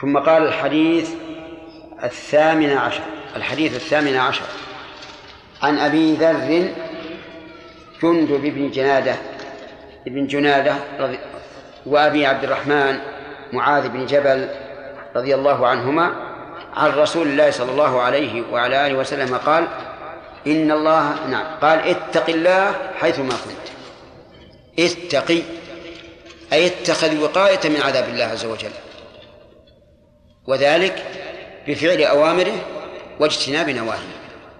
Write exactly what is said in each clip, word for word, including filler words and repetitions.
ثم قال الحديث الثامن عشر الحديث الثامن عشر عن أبي ذر جندب بن جنادة ابن جنادة رضي وأبي عبد الرحمن معاذ بن جبل رضي الله عنهما عن رسول الله صلى الله عليه وعلى آله وسلم قال إن الله نعم قال اتق الله حيثما كنت. اتقي أي اتخذ وقاية من عذاب الله عز وجل، وذلك بفعل أوامره واجتناب نواهيه.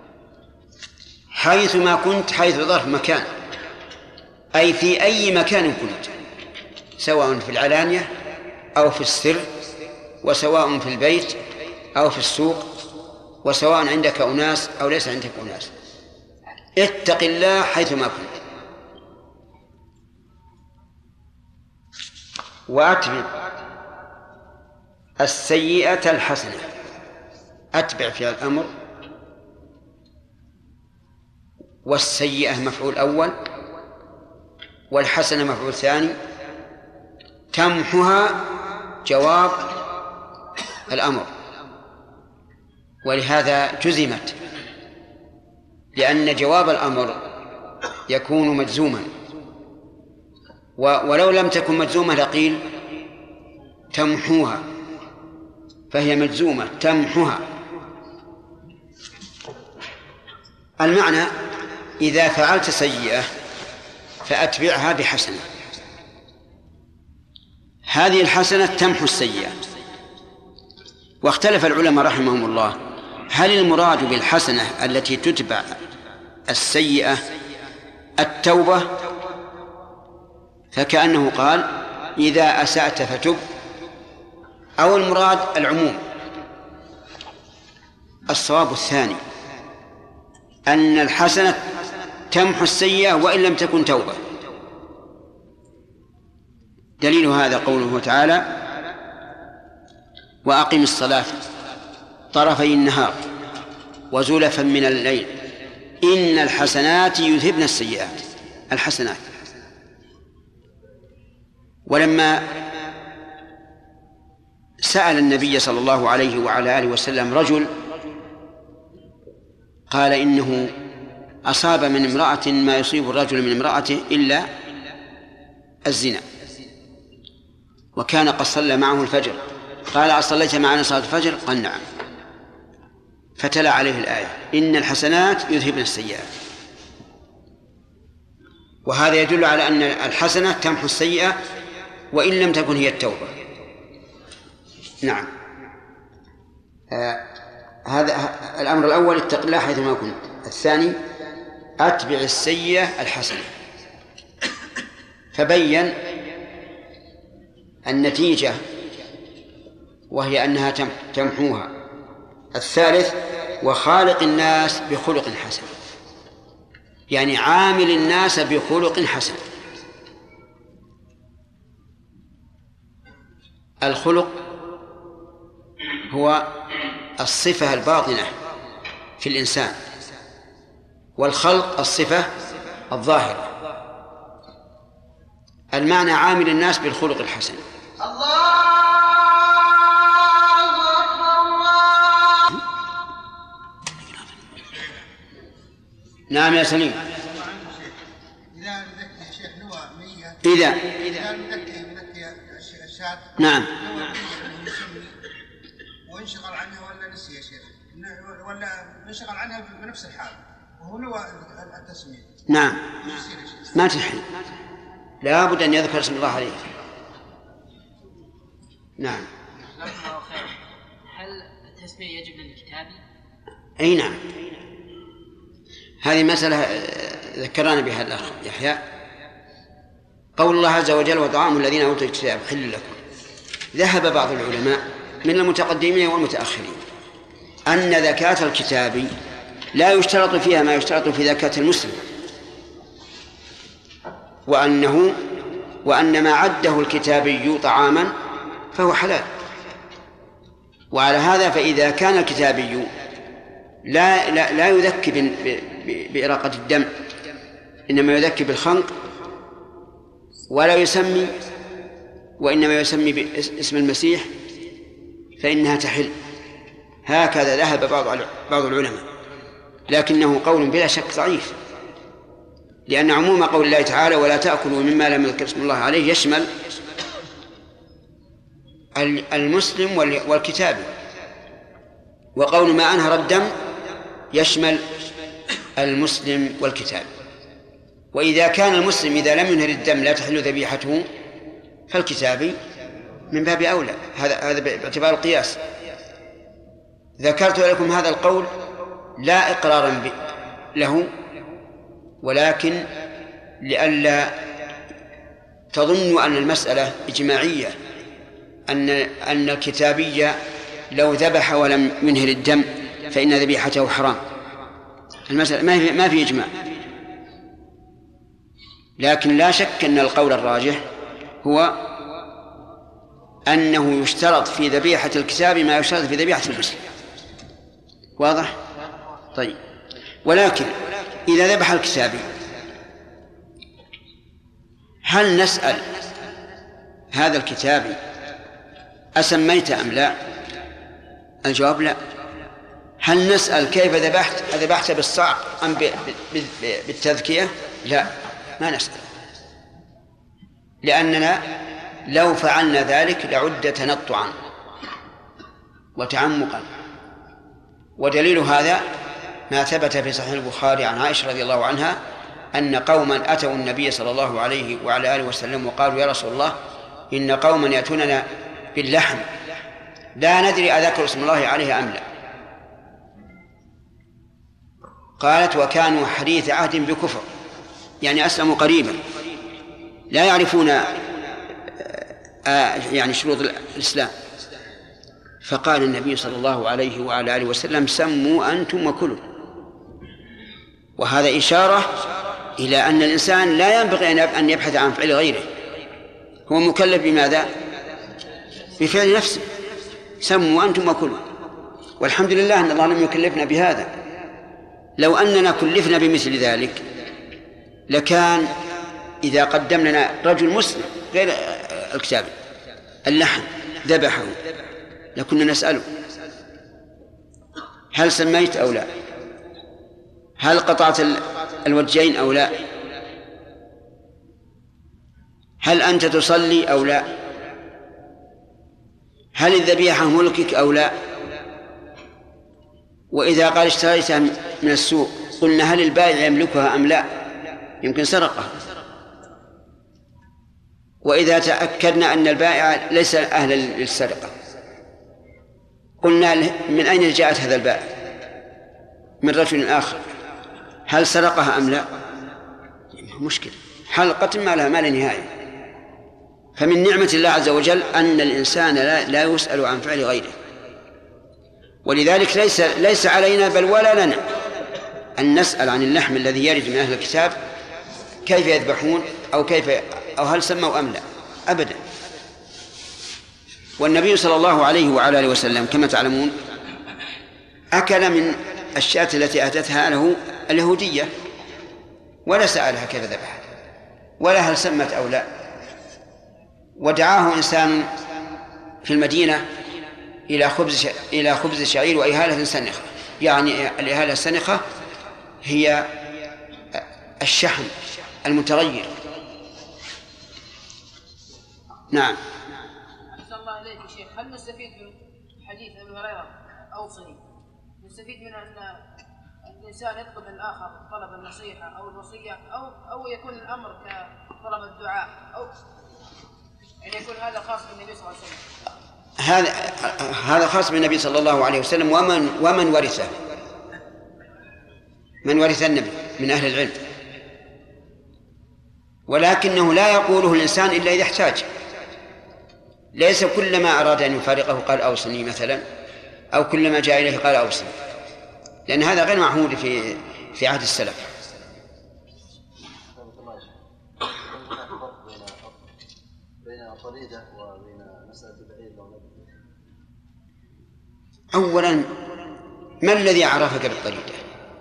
حيثما كنت، حيث ظرف مكان، أي في أي مكان كنت، سواء في العلانية أو في السر، وسواء في البيت أو في السوق، وسواء عندك أناس أو ليس عندك أناس. اتق الله حيثما كنت. وأتبع السيئة الحسنة. أتبع في الأمر، والسيئة مفعول أول، والحسنة مفعول ثاني. تمحها جواب الأمر، ولهذا جزمت، لأن جواب الأمر يكون مجزوما، ولو لم تكن مجزومة لقيل تمحوها، فهي مجزومة تمحها. المعنى إذا فعلت سيئة فأتبعها بحسنة، هذه الحسنة تمحو السيئة. واختلف العلماء رحمهم الله هل المراد بالحسنة التي تتبع السيئة التوبة، فكأنه قال إذا أسأت فتب، أو المراد العموم. الصواب الثاني، أن الحسنة تمحو السيئة وإن لم تكن توبة. دليل هذا قوله تعالى وأقم الصلاة طرفي النهار وزلفا من الليل إن الحسنات يذهبن السيئات. الحسنات. ولما سأل النبي صلى الله عليه وعلى آله وسلم رجل قال إنه أصاب من امرأة ما يصيب الرجل من امرأته إلا الزنا، وكان قد صلى معه الفجر، قال أصليت معنا صلاة الفجر؟ قال نعم، فتلا عليه الآية إن الحسنات يذهبن السيئات. وهذا يدل على أن الحسنة تمحو السيئة وإن لم تكن هي التوبة. نعم. آه هذا الأمر الأول اتق الله حيثما كنت. الثاني أتبع السيئة الحسنة، فبين النتيجة وهي أنها تمحوها. الثالث وخالق الناس بخلق حسن، يعني عامل الناس بخلق حسن. الخلق هو الصفة الباطنة في الإنسان، والخلق الصفة الظاهرة. المعنى عامل الناس بالخلق الحسن. الله أكبر الله. نعم يا سليم. إذا إذا نعم وانشغل عنها ولا نسي يا شيخ، ولا انشغل عنها بنفس الحال وهو نوى التسمية. نعم ما تحل، لا بد أن يذكر اسم الله عليه. نعم. هل التسمية يجب للكتابي؟ أي نعم، هذه مسألة ذكرنا بها الأخ يحيى. قول الله عز وجل وطعام الذين أوتوا الكتاب حل لكم. ذهب بعض العلماء من المتقدمين والمتأخرين أن زكاة الكتاب لا يشترط فيها ما يشترط في زكاة المسلم، وأنه وأن ما عده الكتابي طعاما فهو حلال. وعلى هذا فإذا كان الكتابي لا لا, لا يذكي بإراقة الدم، إنما يذكي بالخنق، ولا يسمي وإنما يسمي باسم المسيح، فإنها تحل. هكذا ذهب بعض بعض العلماء، لكنه قول بلا شك ضعيف، لأن عموم قول الله تعالى ولا تأكلوا مما لم يذكر اسم الله عليه يشمل المسلم والكتابي، وقول ما أنهر الدم يشمل المسلم والكتابي. وإذا كان المسلم إذا لم ينهر الدم لا تحل ذبيحته، فالكتابي من باب أولى. هذا هذا باعتبار القياس. ذكرت لكم هذا القول لا إقرارا له، ولكن لئلا تظنوا أن المسألة إجماعية، أن أن الكتابي لو ذبح ولم ينهر الدم فإن ذبيحته حرام. المسألة ما في ما في إجماع، لكن لا شك أن القول الراجح هو أنه يشترط في ذبيحة الكتاب ما يشترط في ذبيحة المسلم. واضح؟ طيب. ولكن إذا ذبح الكتابي هل نسأل هذا الكتابي أسميت أم لا؟ الجواب لا. هل نسأل كيف ذبحت؟ أذبحت بالصعق أم بالتذكية؟ لا، ما نسأل، لأننا لو فعلنا ذلك لعد تنطعا وتعمقا. ودليل هذا ما ثبت في صحيح البخاري عن عائشة رضي الله عنها أن قوما أتوا النبي صلى الله عليه وعلى آله وسلم وقالوا يا رسول الله إن قوما يأتوننا باللحم لا ندري أذكر اسم الله عليه أم لا. قالت وكانوا حديث عهد بكفر، يعني أسلموا قريبا لا يعرفون يعني شروط الإسلام. فقال النبي صلى الله عليه وعلى آله وسلم سموا أنتم وكلوا. وهذا إشارة إلى أن الإنسان لا ينبغي أن يبحث عن فعل غيره، هو مكلف بماذا؟ بفعل نفسه. سموا أنتم وكلوا. والحمد لله أن الله لم يكلفنا بهذا. لو أننا كلفنا بمثل ذلك لكان إذا قدم لنا رجل مسلم غير الكتاب اللحم ذبحه لكنا نسأله هل سميت أو لا؟ هل قطعت الوجهين أو لا؟ هل أنت تصلي أو لا؟ هل الذبيحة ملكك أو لا؟ وإذا قال اشتريتها من السوق قلنا هل البائع يملكها أم لا؟ يمكن سرقها. وإذا تأكدنا أن البائع ليس أهلا للسرقة قلنا من أين جاءت هذا البائع؟ من رجل آخر، هل سرقها أم لا؟ مشكلة، حلقة ما لها ما لا نهاية. فمن نعمة الله عز وجل أن الإنسان لا, لا يسأل عن فعل غيره. ولذلك ليس ليس علينا بل ولا لنا أن نسأل عن اللحم الذي يرد من أهل الكتاب كيف يذبحون أو كيف أو هل سموا أم لا، أبدا. والنبي صلى الله عليه وعلى آله وسلم كما تعلمون أكل من الشاة التي أتتها له اليهودية ولا سألها كيف ذبحت ولا هل سمت أو لا. ودعاه إنسان في المدينة إلى خبز إلى خبز شعير وإهالة سنخة، يعني الإهالة السنخة هي الشحم المتغير. نعم. أحسن الله إليك يا شيخ، هل نستفيد من حديث أبي هريرة أوصني نستفيد من أن الإنسان يطلب من الآخر طلب النصيحة أو الوصية أو أو يكون الأمر كطلب الدعاء أو يعني يكون هذا خاص بالنبي صلى الله عليه وسلم؟ هذا هذا خاص بالنبي صلى الله عليه وسلم ومن ومن ورثه من ورث النبي من أهل العلم، ولكنه لا يقوله الإنسان إلا إذا احتاج. ليس كلما أراد أن يفارقه قال أوصني مثلا، أو كلما جاء إليه قال أوصني، لأن هذا غير معهود في في عهد السلف. أولا ما الذي عرفك بالطريقة؟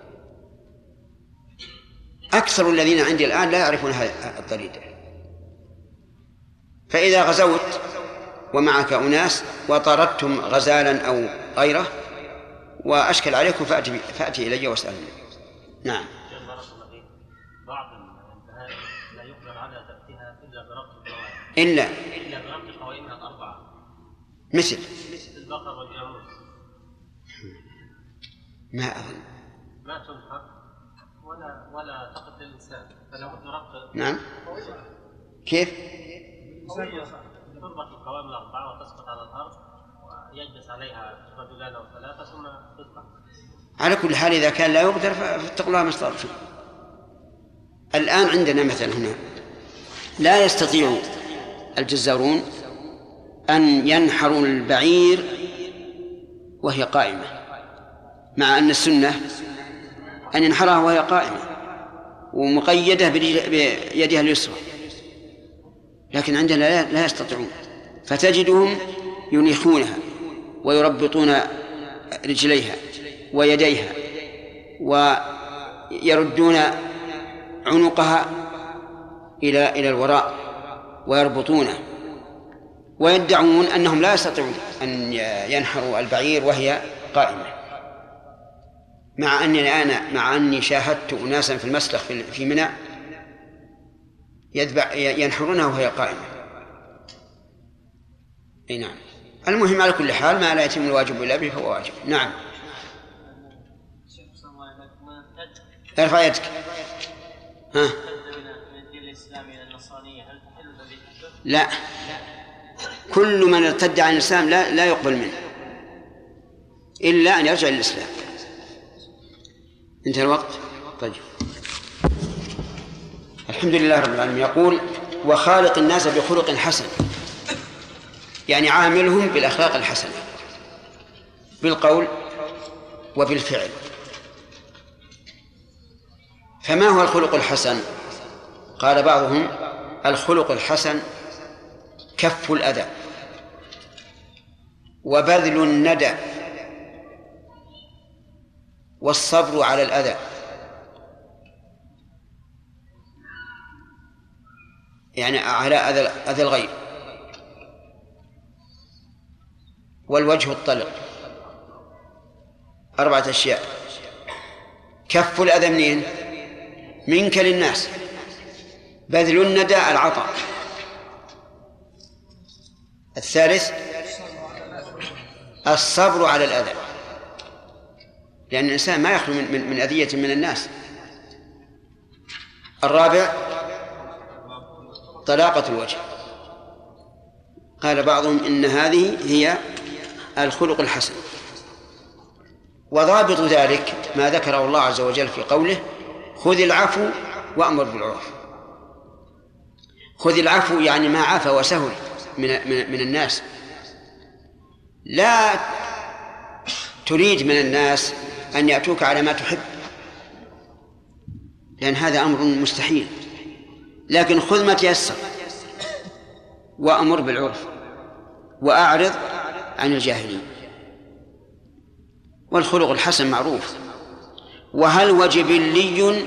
أكثر الذين عندي الآن لا يعرفون هذه الطريقة. فإذا غزوت ومعك أناس وطردتم غزالا أو غيره وأشكل عليكم فأتي, فأتي إلي واسألني. نعم. بعض البهائم لا يقدر على ذبحها إلا بربط القوائم إلا إلا بربط قوائمها الأربعة مثل مثل البقر والجاموس. ما أظن ما تنحر ولا ولا تقتل الإنسان فلو ربط. نعم. كيف؟ تربط القوائم الأربعة وتسقط على الأرض ويجلس عليها رجلان أو ثلاثة ثم تذبح. على كل حال إذا كان لا يقدر فاتقوا الله ما استطعتم. الآن عندنا مثلا هنا لا يستطيع الجزارون أن ينحروا البعير وهي قائمة، مع أن السنة أن ينحرها وهي قائمة ومقيدة بيدها اليسرى، لكن عندنا لا يستطيعون، فتجدهم ينيخونها ويربطون رجليها ويديها ويردون عنقها إلى إلى الوراء ويربطونه، ويدعون أنهم لا يستطيعون أن ينحروا البعير وهي قائمة، مع أني أنا مع أني شاهدت أناسا في المسلخ في منى يذبح ينحرونها وهي قائمة. أي نعم. المهم على كل حال ما لا يتم الواجب إلا به فهو واجب. نعم. ارفع يدك. ها. لا، كل من ارتد عن الإسلام لا لا يقبل منه إلا أن يرجع للإسلام. انتهى الوقت. طيب، الحمد لله رب العالمين. يقول وخالق الناس بخلق حسن، يعني عاملهم بالأخلاق الحسنة بالقول وبالفعل. فما هو الخلق الحسن؟ قال بعضهم الخلق الحسن كف الأذى وبذل الندى والصبر على الأذى، يعني على أذى الغير، والوجه الطلق. أربعة أشياء. كف الأذى منين؟ منك للناس. بذل الندى العطاء. الثالث الصبر على الأذى، لأن الإنسان ما يخلو من, من, من أذية من الناس. الرابع طلاقة الوجه. قال بعضهم إن هذه هي الخلق الحسن، وضابط ذلك ما ذكره الله عز وجل في قوله خذ العفو وأمر بالعرف. خذ العفو يعني ما عفى وسهل من, من, من الناس. لا تريد من الناس أن يأتوك على ما تحب، لأن هذا أمر مستحيل، لكن خذ ما تيسر وأمر بالعرف وأعرض عن الجاهلين. والخلق الحسن معروف. وهل هو جبلي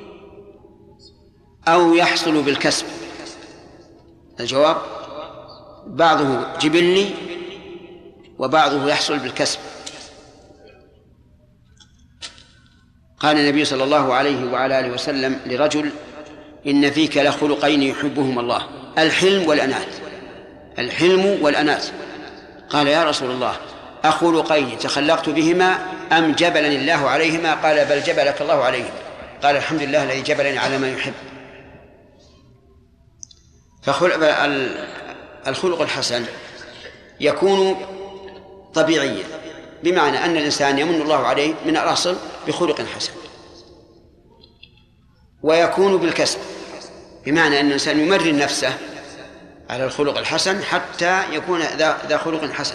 أو يحصل بالكسب؟ الجواب بعضه جبلي وبعضه يحصل بالكسب. قال النبي صلى الله عليه وعلى آله وسلم لرجل إن فيك لخلقين يحبهما الله، الحلم والأنات. الحلم والأنات. قال يا رسول الله أخلقين تخلقت بهما أم جبلني الله عليهما؟ قال بل جبلك الله عليهما. قال الحمد لله الذي جبلني على ما يحب. فالخلق الحسن يكون طبيعيا، بمعنى أن الإنسان يمن الله عليه من الأصل بخلق حسن، ويكون بالكسب، بمعنى أن الإنسان يمرن نفسه على الخلق الحسن حتى يكون ذا خلق حسن.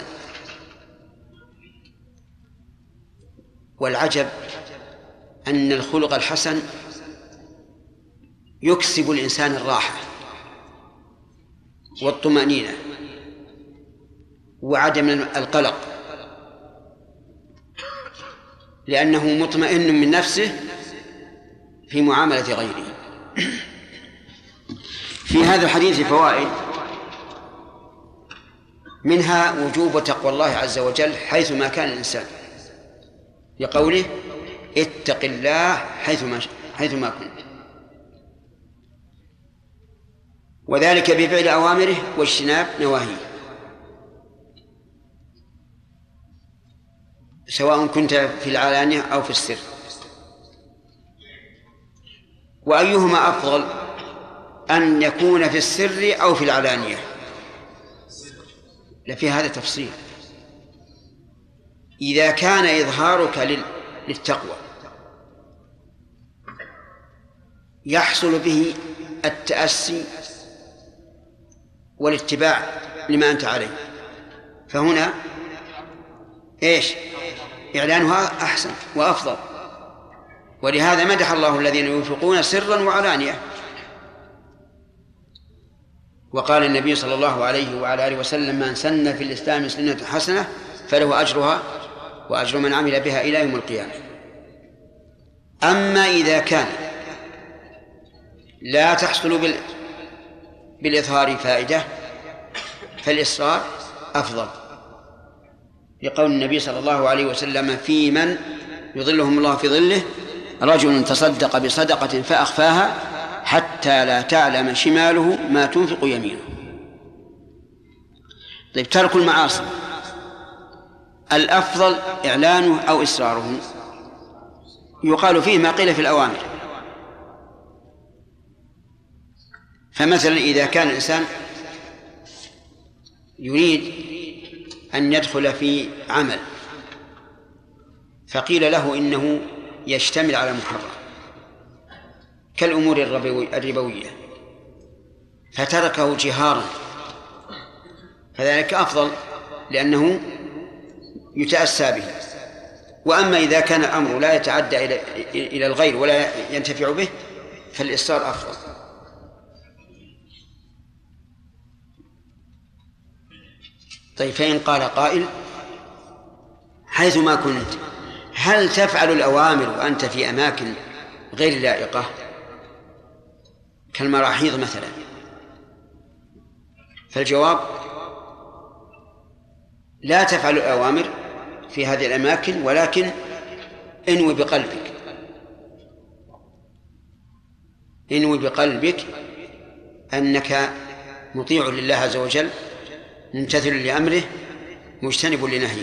والعجب أن الخلق الحسن يكسب الإنسان الراحة والطمأنينة وعدم القلق، لأنه مطمئن من نفسه في معاملة غيره. في هذا الحديث فوائد. منها وجوب تقوى الله عز وجل حيثما كان الإنسان، لقوله اتق الله حيثما حيثما كنت، وذلك بفعل أوامره واجتناب نواهيه، سواء كنت في العلانية أو في السر. وأيهما أفضل، أن يكون في السر أو في العلانية؟ لفي هذا تفصيل. إذا كان إظهارك للتقوى يحصل به التأسي والاتباع لما أنت عليه، فهنا إيش؟ إعلانها أحسن وأفضل. ولهذا مدح الله الذين ينفقون سرا وعلانية، وقال النبي صلى الله عليه وعلى آله وسلم: من سن في الإسلام سنة حسنة فله أجرها وأجر من عمل بها إلى يوم القيامة. أما إذا كان لا تحصل بال... بالإظهار فائدة فالإصرار أفضل، لقول النبي صلى الله عليه وسلم: في من يظلهم الله في ظله رجل تصدق بصدقة فأخفاها حتى لا تعلم شماله ما تنفق يمينه. طيب، ترك المعاصي الأفضل إعلانه أو إسراره؟ يقال فيه ما قيل في الأوامر. فمثلا إذا كان الإنسان يريد أن يدخل في عمل فقيل له إنه يشتمل على محرم كالأمور الربوية فتركه جهارا، فذلك أفضل لأنه يتأسى به. وأما إذا كان الأمر لا يتعدى إلى الغير ولا ينتفع به فالإصرار أفضل. طيب، فإن قال قائل: حيثما كنت هل تفعل الأوامر وأنت في أماكن غير لائقة كالمراحيض مثلا؟ فالجواب: لا تفعل الأوامر في هذه الأماكن، ولكن انوي بقلبك انوي بقلبك أنك مطيع لله عز وجل ممتثل لأمره مجتنب لنهيه.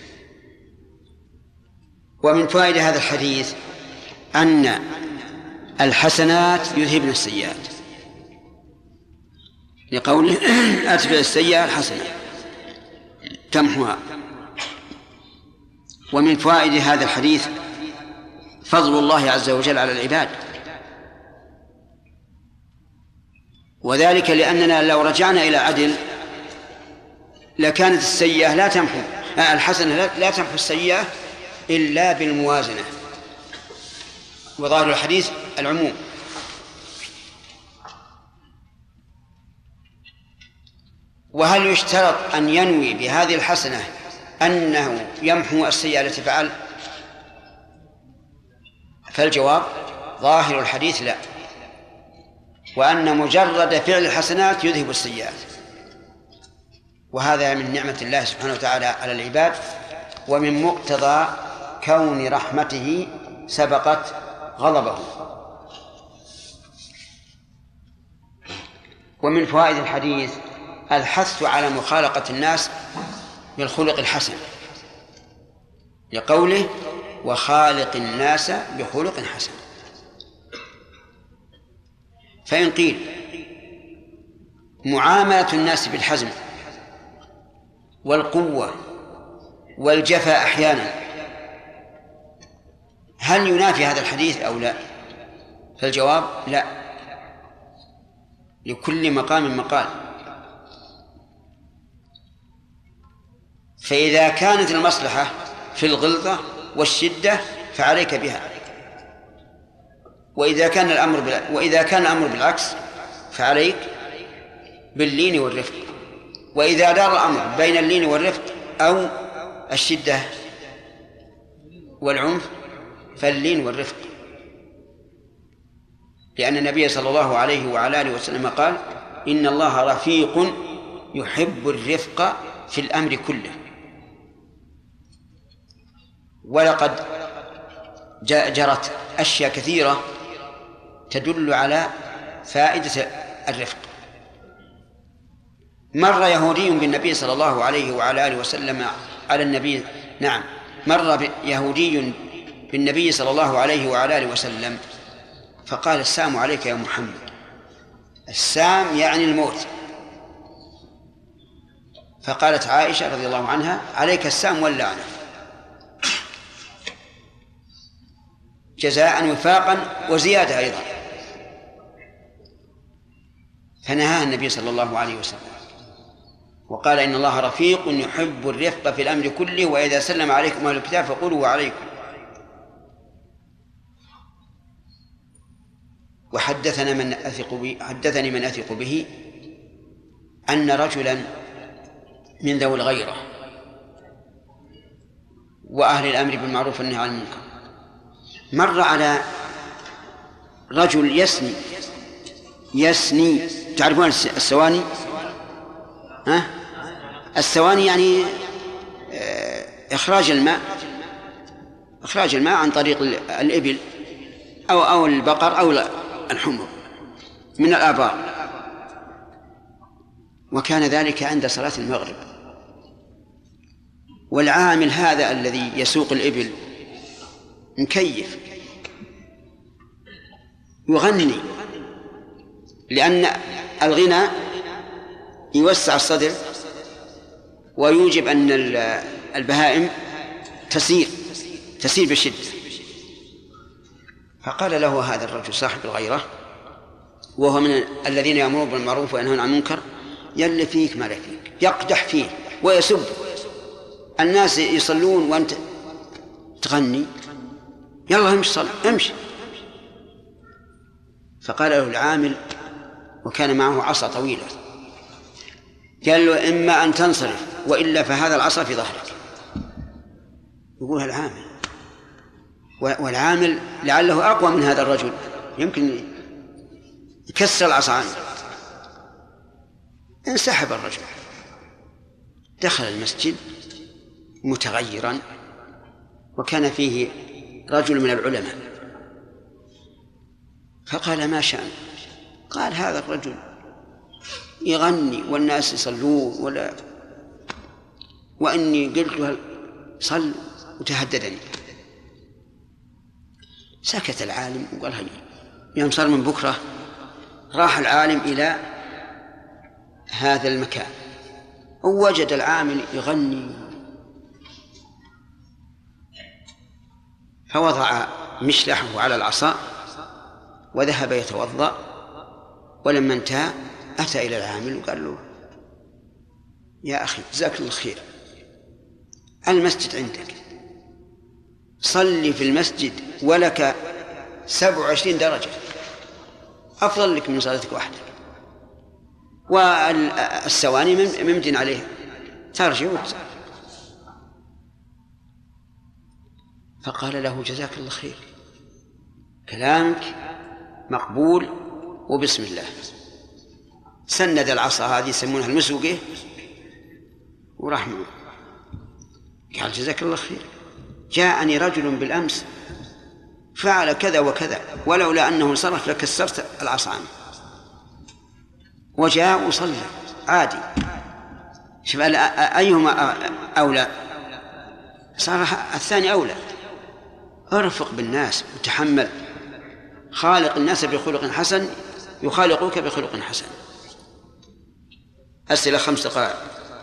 ومن فوائد هذا الحديث أن الحسنات يذهبن السيئات، لقوله: أتبع السيئة الحسنة تمحوها. ومن فوائد هذا الحديث فضل الله عز وجل على العباد، وذلك لأننا لو رجعنا إلى عدل لكانت السيئة لا تمحو الحسنة لا تمحو السيئة إلا بالموازنة، وظاهر الحديث العموم. وهل يشترط أن ينوي بهذه الحسنة أنه يمحو السيئة التي فعل؟ فالجواب: ظاهر الحديث لا، وأن مجرد فعل الحسنات يذهب السيئات، وهذا من نعمة الله سبحانه وتعالى على العباد، ومن مقتضى كون رحمته سبقت غضبه. ومن فوائد الحديث الحث على مخالقة الناس بالخلق الحسن، لقوله: وخالق الناس بخلق حسن. فإن قيل: معاملة الناس بالحزم والقوة والجفا أحيانا، هل ينافي هذا الحديث أو لا؟ فالجواب: لا، لكل مقام مقال. فإذا كانت المصلحة في الغلظة والشدة فعليك بها، وإذا كان الأمر بال... وإذا كان الأمر بالعكس فعليك باللين والرفق. وإذا دار الأمر بين اللين والرفق أو الشدة والعنف فاللين والرفق، لأن النبي صلى الله عليه وعلى آله وسلم قال: إن الله رفيق يحب الرفق في الأمر كله. ولقد جرت أشياء كثيرة تدل على فائدة الرفق. مر يهودي بالنبي صلى الله عليه وعلى آله وسلم على النبي نعم مر يهودي بالنبي صلى الله عليه وعلى آله وسلم فقال: السلام عليك يا محمد. السام يعني الموت. فقالت عائشة رضي الله عنها: عليك السام واللعنة، جزاء وفاقا وزيادة أيضا. فنهاها النبي صلى الله عليه وسلم وقال: إن الله رفيق يحب الرفق في الأمر كله، وإذا سلم عليكم أهل الكتاب فقولوا وعليكم. وحدثنا من أثق به حدثني من أثق به أن رجلا من ذوي الغيرة وأهل الأمر بالمعروف والنهي عن المنكر مر على رجل يسني يسني تعرفون السواني؟ ها؟ السواني يعني إخراج الماء إخراج الماء عن طريق الإبل أو أو البقر أو الحمر من الآبار. وكان ذلك عند صلاة المغرب، والعامل هذا الذي يسوق الإبل مكيف يغني، لأن الغنى يوسع الصدر ويوجب أن البهائم تسير تسير بشدة. فقال له هذا الرجل صاحب الغيرة وهو من الذين يأمرون بالمعروف وينهون عن المنكر: يل فيك ما لا فيك، يقدح فيه ويسب. الناس يصلون وأنت تغني، يلا امشي صل امشي. فقال له العامل وكان معه عصا طويلة، قال له: إما أن تنصرف وإلا فهذا العصا في ظهرك. يقولها العامل، والعامل لعله أقوى من هذا الرجل، يمكن يكسر العصا عنه. انسحب الرجل، دخل المسجد متغيرا، وكان فيه رجل من العلماء، فقال: ما شأن؟ قال: هذا الرجل يغني والناس يصلون ولا وإني قلت له صل وتهددني. سكت العالم وقال: هيا. يوم صار من بكرة راح العالم إلى هذا المكان ووجد العامل يغني، فوضع مشلحه على العصا وذهب يتوضأ، ولما انتهى أتى إلى العامل وقال له: يا أخي جزاك الله خير، المسجد عندك، صلي في المسجد ولك سبع وعشرين درجة، أفضل لك من صلاتك وحدك، والسواني ممدن عليه ترجع وتسأل. فقال له: جزاك الله خير، كلامك مقبول وبسم الله. سند العصا هذه يسمونها المسوقة وراح معه. قال: جزاك الله خير، جاءني رجل بالأمس فعل كذا وكذا، ولولا أنه انصرف لكسرت العصا عنه. وجاء وصلى عادي. شوف أيهما أولى؟ صار الثاني أولى. ارفق بالناس وتحمل، خالق الناس بخلق حسن يخالقوك بخلق حسن. أسئلة خمس دقائق.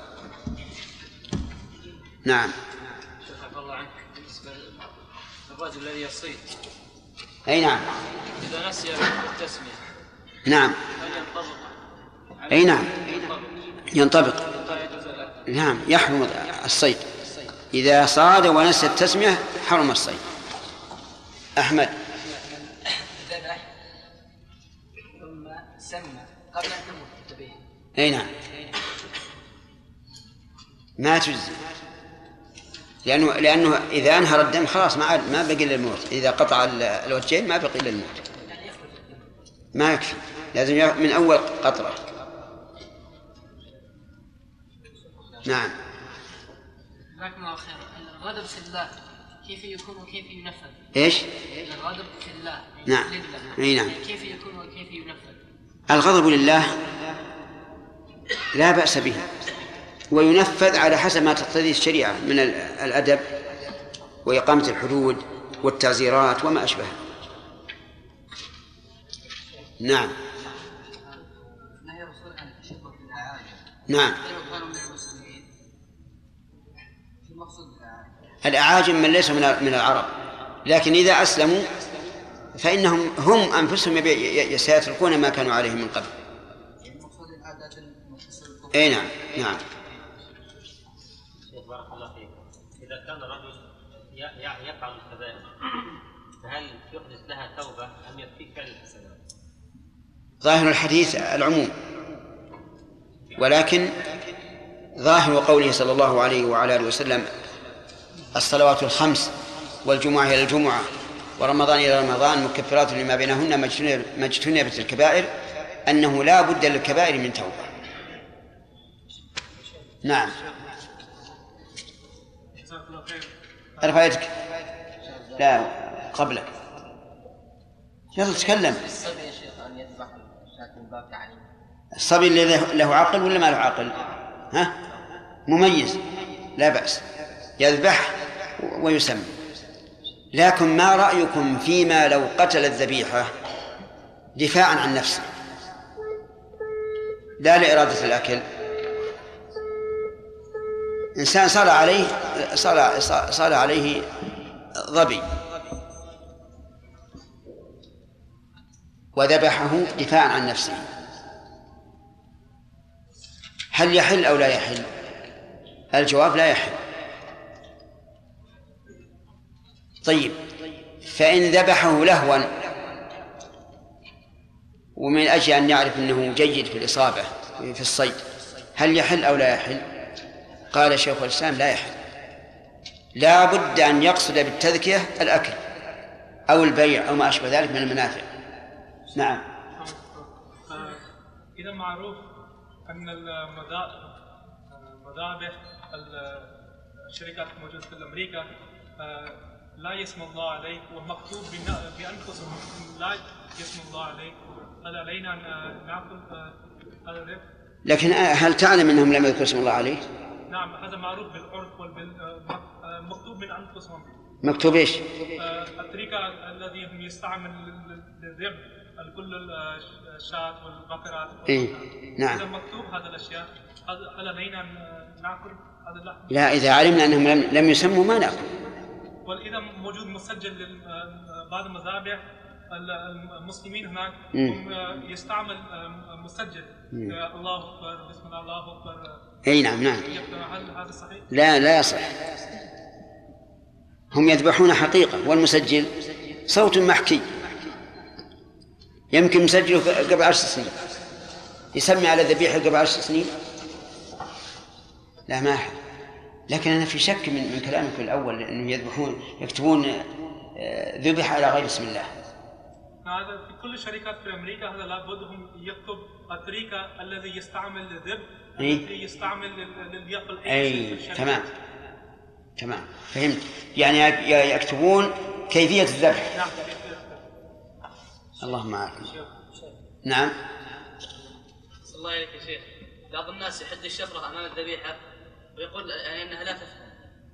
نعم. شكرا الله عنك. بالنسبة للرجل الذي يصيد، أي نعم، إذا نسي التسمية نعم، هل ينطبق؟ أي نعم ينطبق. ينطبق. نعم، يحرم الصيد إذا صاد ونسي التسمية، حرم الصيد. أحمد. ذبح ثم سمى قبل أن تموت تبين. أي نعم، ما تجزي، لأنه لأنه إذا أنهر الدم خلاص ما عاد ما بقي إلا الموت. إذا قطع الوجهين ما بقي إلا الموت، ما يكفي، لازم من أول قطرة. نعم. جزاكم الله خير. الغضب في الله كيف يكون وكيف ينفذ؟ ايش؟ الغضب في الله. نعم. اي نعم. كيف يكون وكيف ينفذ؟ الغضب لله لا بأس به، وينفذ على حسب ما تقتضيه الشريعة من الأدب وإقامة الحدود والتعزيرات وما أشبه. نعم. نعم. الأعاجم من ليسوا من العرب، لكن إذا أسلموا فإنهم هم أنفسهم سيتركون ما كانوا عليه من قبل. أي نعم. نعم. بارك الله فيك. إذا كان رجل يفعل الكبائر فهل يحدث لها توبة أم يكفي فعل الحسنات؟ ظاهر الحديث العموم، ولكن ظاهر قوله صلى الله عليه وعلى آله وسلم الصلوات الخمس والجمعة إلى الجمعة ورمضان إلى رمضان مكفرات لما بينهن ما اجتنبت الكبائر، أنه لا بد للكبائر من توبة. نعم. ارفع يدك. لا قبلك. يلا تكلم. الصبي يا شيخ أن يذبح الشاة من باب تعليم. الصبي اللي له عقل ولا ما له عقل؟ ها؟ مميز لا بأس يذبح ويسمى. لكن ما رأيكم فيما لو قتل الذبيحة دفاعا عن نفسه لا لإرادة الأكل؟ إنسان صار عليه صار صار عليه ظبي وذبحه دفاعا عن نفسه، هل يحل أو لا يحل؟ الجواب لا يحل. طيب، فإن ذبحه لهوا ومن أجل أن يعرف أنه جيد في الإصابة في الصيد، هل يحل أو لا يحل؟ قال شيخ الإسلام لا يحل، لا بد أن يقصد بالتذكية الأكل أو البيع أو ما أشبه ذلك من المنافع. نعم. إذا معروف أن المذابح الشركات الموجودة في أمريكا لا يسمى الله عليه ومكتوب بأنفسهم لا يسمى الله عليه، هل علينا أن نأكل هذا الربح؟ لكن هل تعلم أنهم لم يذكروا اسم الله عليه؟ نعم، هذا معروف بالعرف والمكتوب من أنفسهم. مكتوب إيش؟ الطريقة الذي هم يستعمل للذبح كل الشاة والبقرات. إيه؟ نعم. إذا مكتوب هذا الأشياء هل علينا أن نأكل هذا اللحم؟ لا، إذا علمنا أنهم لم لم يسموا ما نأكل. وإذا موجود مسجل لبعض المذابح المسلمين هناك هم يستعمل مسجل الله أكبر بسم الله الله أكبر. أي نعم. نعم. هل هذا صحيح؟ لا لا يصح، هم يذبحون حقيقة، والمسجل صوت محكي يمكن مسجله قبل عشر سنين يسمي على ذبيحة قبل عشر سنين. لا ما أحد. لكن أنا في شك من من كلامك الأول أنه يذبحون يكتبون ذبح على غير اسم الله. هذا في كل الشركات في أمريكا هذا لابد هم يكتب الطريقة الذي يستعمل للذبح الذي يستعمل لليقل. أي تمام تمام فهمت، يعني يكتبون كيفية الذبح. نعم. اللهم معكم. نعم. صلى الله عليك يا شيخ، بعض الناس يحد الشفرة أمام الذبيحة ويقول يعني أنها لا تفهم.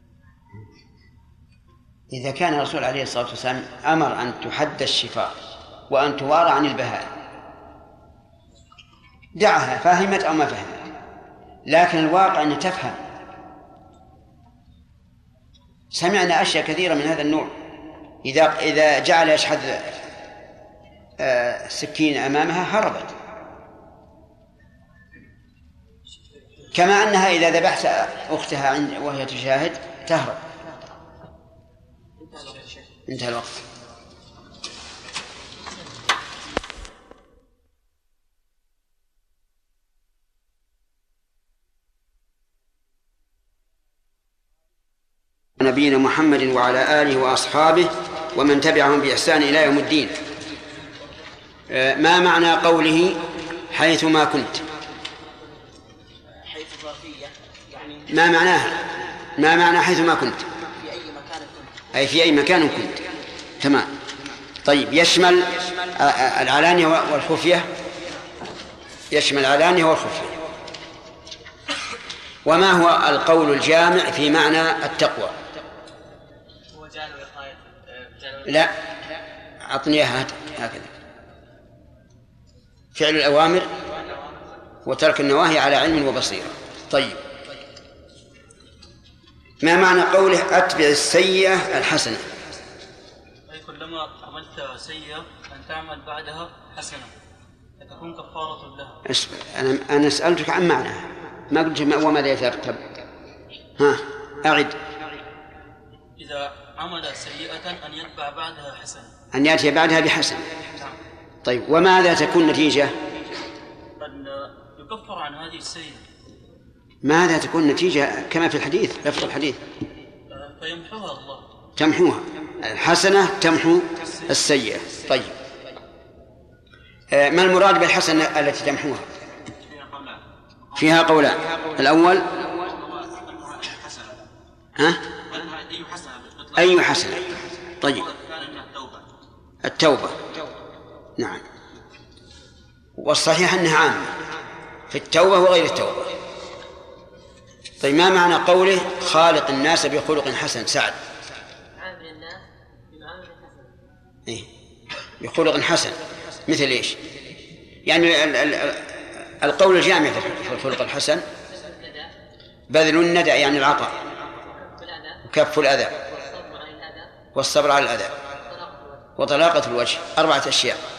إذا كان الرسول عليه الصلاة والسلام أمر أن تحد الشفار وأن توارى عن البهائم دعها فهمت أو ما فهمت، لكن الواقع أن تفهم. سمعنا أشياء كثيرة من هذا النوع، إذا إذا جعل يشحذ سكين أمامها هربت، كما أنها إذا ذبحت أختها وهي تشاهد تهرب. انتهى الوقت. نبينا محمد وعلى آله وأصحابه ومن تبعهم بإحسان إلى يوم الدين. ما معنى قوله حيثما كنت؟ حيث ظرفية يعني ما معناها؟ ما معنى حيث ما كنت؟ في أي مكان كنت. أي في أي مكان كنت. تمام. طيب يشمل العلانية والخفية؟ يشمل العلانية والخفية. وما هو القول الجامع في معنى التقوى؟ هو جعل وقاية. لا، أعطني إياها هكذا. فعل الأوامر وترك النواهي على علم وبصيرة. طيب ما معنى قوله أتبع السيئة الحسنة؟ أي كلما عملت سيئة أن تعمل بعدها حسنة تكون كفارة لها. اسمع، أنا أنا سألتك عن معناها، ما قلت وماذا يترتب. ها أعد. إذا عمل سيئة أن يتبع بعدها حسنة. أن يأتي بعدها بحسن. طيب وماذا تكون نتيجة؟ أن يكفر عن هذه السيئة. ماذا تكون نتيجة كما في الحديث لفظ الحديث؟ فيمحوها الله. تمحوها الحسنة، تمحو السيئة. طيب ما المراد بالحسنة التي تمحوها؟ فيها قولان. الأول ها؟ أي حسنة؟ طيب التوبة. نعم. والصحيح أنها عامة في التوبة وغير التوبة. طيب ما معنى قوله خالق الناس بخلق حسن؟ سعد. عامل الناس بمعامل حسن. إيه؟ بخلق حسن مثل إيش؟ يعني ال ال ال القول الجامع في الخلق الحسن بذل الندى يعني العطاء، وكف الأذى، والصبر على الأذى، وطلاقة الوجه. أربعة أشياء.